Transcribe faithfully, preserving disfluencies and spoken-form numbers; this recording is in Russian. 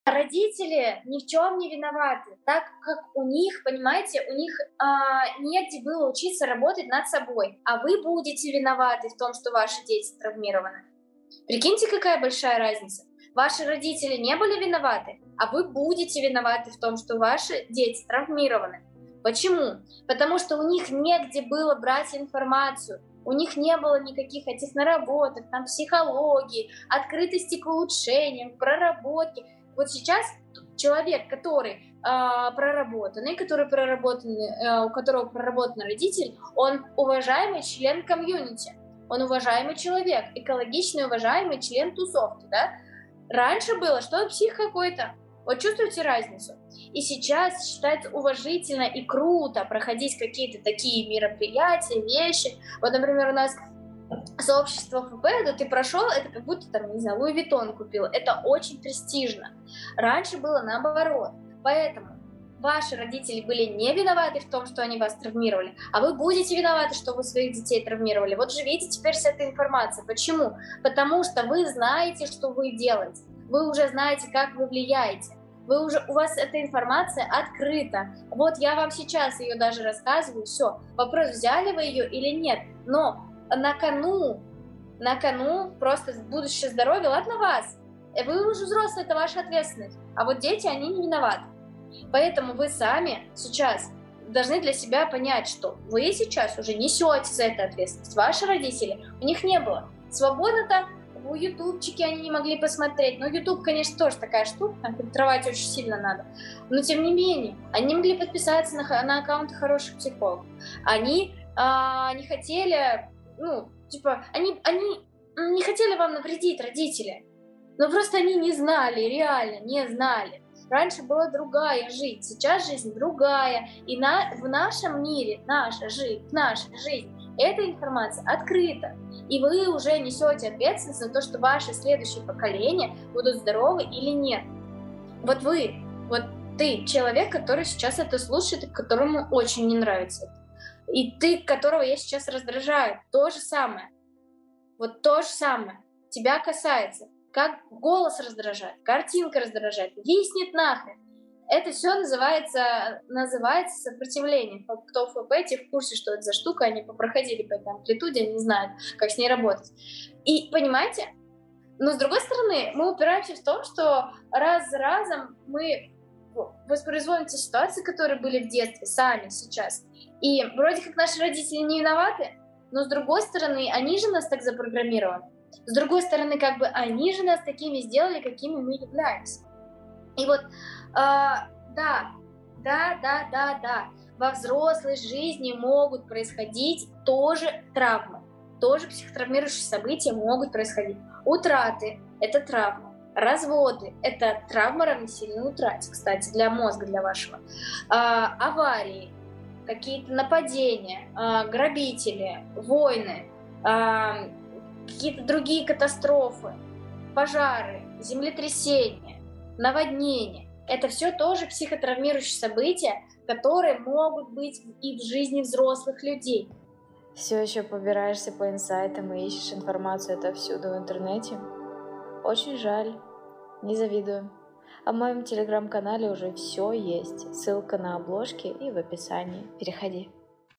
Родители ни в чем не виноваты, так как у них, понимаете, у них а, негде было учиться работать над собой, а вы будете виноваты в том, что ваши дети травмированы. Прикиньте, какая большая разница. Ваши родители не были виноваты, а вы будете виноваты в том, что ваши дети травмированы. Почему? Потому что у них негде было брать информацию, у них не было никаких этих наработок, там, психологии, открытости к улучшениям, проработки. Вот сейчас человек, который а, проработанный, который проработанный, а, у которого проработан родитель, он уважаемый член комьюнити, он уважаемый человек, экологичный, уважаемый член тусовки, да? Раньше было, что он псих какой-то. Вот чувствуете разницу? И сейчас считается уважительно и круто проходить какие-то такие мероприятия, вещи. Вот, например, у нас сообщество эф пэ, да ты прошел, это как будто там, не знаю, Луи Виттон купил. Это очень престижно. Раньше было наоборот. Поэтому ваши родители были не виноваты в том, что они вас травмировали, а вы будете виноваты, что вы своих детей травмировали. Вот живите теперь с этой информацией. Почему? Потому что вы знаете, что вы делаете. Вы уже знаете, как вы влияете. Вы уже, у вас эта информация открыта. Вот я вам сейчас ее даже рассказываю. Все. Вопрос, взяли вы ее или нет. Но на кону, на кону просто будущее здоровье, ладно вас. Вы уже взрослые, это ваша ответственность. А вот дети, они не виноваты. Поэтому вы сами сейчас должны для себя понять, что вы сейчас уже несете за это ответственность. Ваши родители, у них не было. Свободно-то в ютубчике они не могли посмотреть. Но ютуб, конечно, тоже такая штука, фильтровать очень сильно надо. Но тем не менее, они не могли подписаться на, на аккаунты хороших психологов. Они а, не хотели, ну, типа, они, они не хотели вам навредить, родители. Но просто они не знали, реально не знали. Раньше была другая жизнь, сейчас жизнь другая. И на, в нашем мире наша жизнь, наша жизнь, эта информация открыта. И вы уже несете ответственность за то, что ваши следующие поколения будут здоровы или нет. Вот вы, вот ты, человек, который сейчас это слушает, и которому очень не нравится это. И ты, которого я сейчас раздражаю, то же самое. Вот то же самое. Тебя касается. Как голос раздражает, картинка раздражает, виснет нахрен. Это все называется, называется сопротивлением. Кто в эф пэ, те в курсе, что это за штука, они попроходили по этой амплитуде, они знают, как с ней работать. И понимаете? Но с другой стороны, мы упираемся в том, что раз за разом мы воспроизводим те ситуации, которые были в детстве, сами сейчас. И вроде как наши родители не виноваты, но с другой стороны, они же нас так запрограммировали. С другой стороны, как бы они же нас такими сделали, какими мы являемся. И вот, э, да, да, да, да, да, во взрослой жизни могут происходить тоже травмы, тоже психотравмирующие события могут происходить. Утраты – это травма. Разводы – это травма равносильной утрате, кстати, для мозга, для вашего. А, аварии, какие-то нападения, а, грабители, войны, а, какие-то другие катастрофы, пожары, землетрясения, наводнения. Это все тоже психотравмирующие события, которые могут быть и в жизни взрослых людей. Все еще побираешься по инсайтам и ищешь информацию отовсюду в интернете? Очень жаль, не завидую. А в моем телеграм-канале уже все есть. Ссылка на обложки и в описании. Переходи.